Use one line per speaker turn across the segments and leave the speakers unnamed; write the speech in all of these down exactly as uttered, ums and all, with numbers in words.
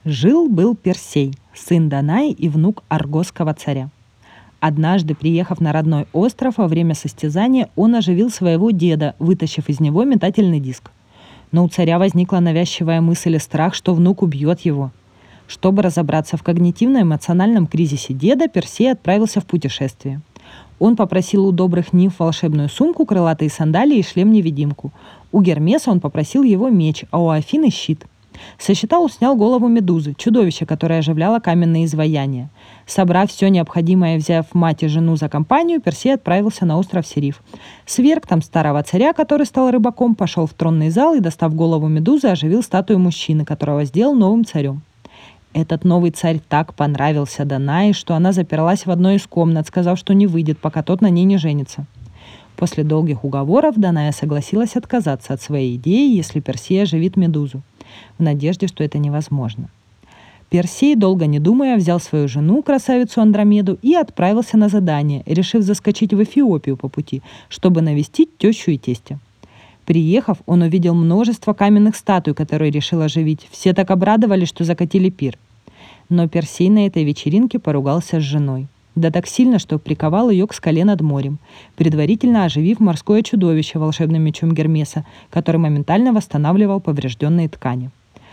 Жил-был Персей, сын Данаи и внук аргосского царя. Однажды, приехав на родной остров во время состязания, он оживил своего деда, вытащив из него метательный диск. Но у царя возникла навязчивая мысль и страх, что внук убьет его. Чтобы разобраться в когнитивно-эмоциональном кризисе деда, Персей отправился в путешествие. Он попросил у добрых нимф волшебную сумку, крылатые сандалии и шлем-невидимку. У Гермеса он попросил его меч, а у Афины – щит. Со щита он снял голову Медузы, чудовище, которое оживляло каменные изваяния. Собрав все необходимое, взяв мать и жену за компанию, Персей отправился на остров Сириф. Сверг там старого царя, который стал рыбаком, пошел в тронный зал и, достав голову Медузы, оживил статую мужчины, которого сделал новым царем. Этот новый царь так понравился Данаи, что она заперлась в одной из комнат, сказав, что не выйдет, пока тот на ней не женится. После долгих уговоров Даная согласилась отказаться от своей идеи, если Персей оживит Медузу, в надежде, что это невозможно. Персей, долго не думая, взял свою жену, красавицу Андромеду, и отправился на задание, решив заскочить в Эфиопию по пути, чтобы навестить тещу и тестя. Приехав, он увидел множество каменных статуй, которые решил оживить. Все так обрадовались, что закатили пир. Но Персей на этой вечеринке поругался с женой. Да так сильно, что приковал ее к скале над морем, предварительно оживив морское чудовище волшебным мечом Гермеса, который моментально восстанавливал поврежденные ткани.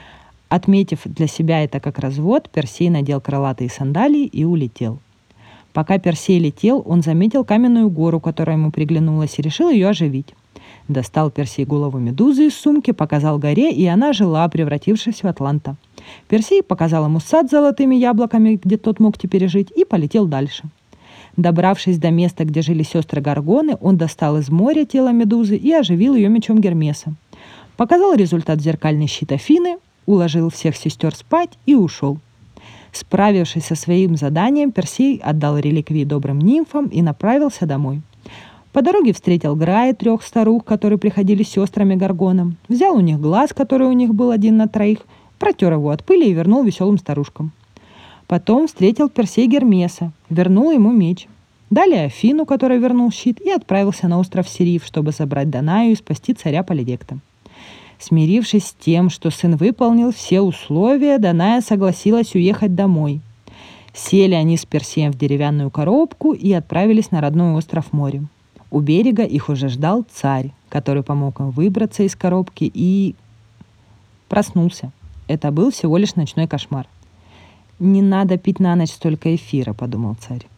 Отметив для себя это как развод, Персей надел крылатые сандалии и улетел. Пока Персей летел, он заметил каменную гору, которая ему приглянулась, и решил ее оживить. Достал Персей голову Медузы из сумки, показал горе, и она жила, превратившись в Атланта. Персей показал ему сад с золотыми яблоками, где тот мог теперь жить, и полетел дальше. Добравшись до места, где жили сестры Горгоны, он достал из моря тело Медузы и оживил ее мечом Гермеса. Показал результат зеркальный щит Афины, уложил всех сестер спать и ушел. Справившись со своим заданием, Персей отдал реликвии добрым нимфам и направился домой. По дороге встретил Грая, трех старух, которые приходили с сестрами Горгонам. Взял у них глаз, который у них был один на троих, протер его от пыли и вернул веселым старушкам. Потом встретил Персей Гермеса, вернул ему меч. Далее Афину, который вернул щит, и отправился на остров Сириф, чтобы забрать Данаю и спасти царя Полидекта. Смирившись с тем, что сын выполнил все условия, Даная согласилась уехать домой. Сели они с Персеем в деревянную коробку и отправились на родной остров морем. У берега их уже ждал царь, который помог им выбраться из коробки и проснулся. Это был всего лишь ночной кошмар. «Не надо пить на ночь столько эфира», — подумал царь.